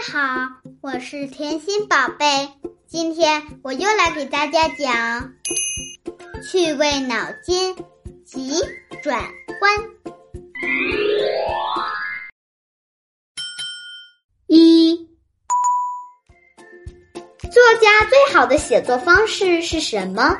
好，我是甜心宝贝，今天我又来给大家讲趣味脑筋急转弯。一，作家最好的写作方式是什么？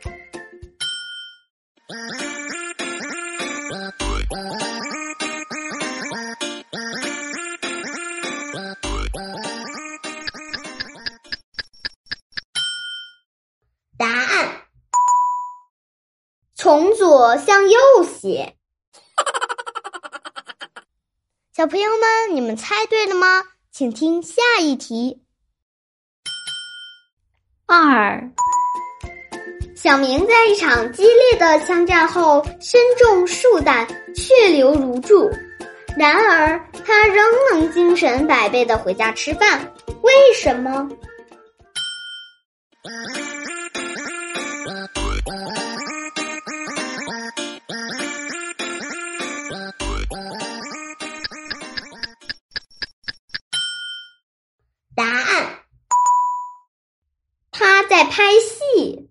答案：从左向右写。小朋友们，你们猜对了吗？请听下一题。2. 小明在一场激烈的枪战后身中数弹，血流如注，然而他仍能精神百倍地回家吃饭，为什么？答案：他在拍戏。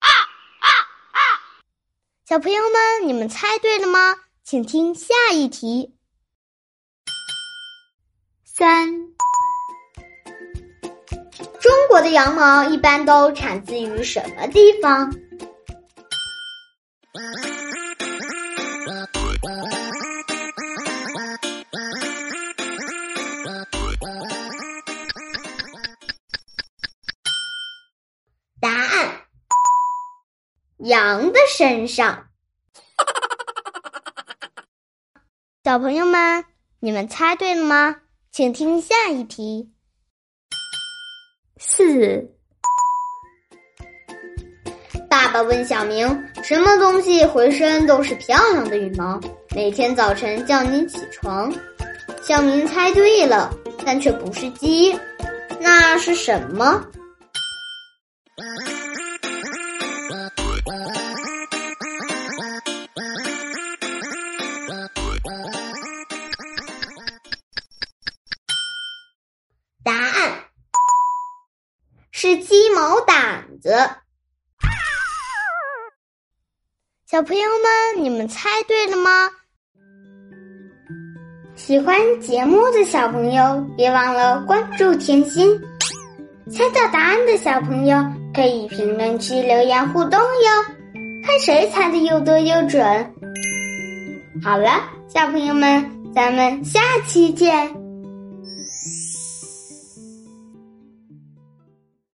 小朋友们，你们猜对了吗？请听下一题。3. 中国的羊毛一般都产自于什么地方？答案：羊的身上。小朋友们，你们猜对了吗？请听下一题。4. 爸爸问小明，什么东西浑身都是漂亮的羽毛，每天早晨叫你起床？小明猜对了，但却不是鸡，那是什么？答案是鸡毛掸子。小朋友们，你们猜对了吗？喜欢节目的小朋友别忘了关注甜心，猜到答案的小朋友可以评论区留言互动哟，看谁猜的又多又准。好了，小朋友们，咱们下期见。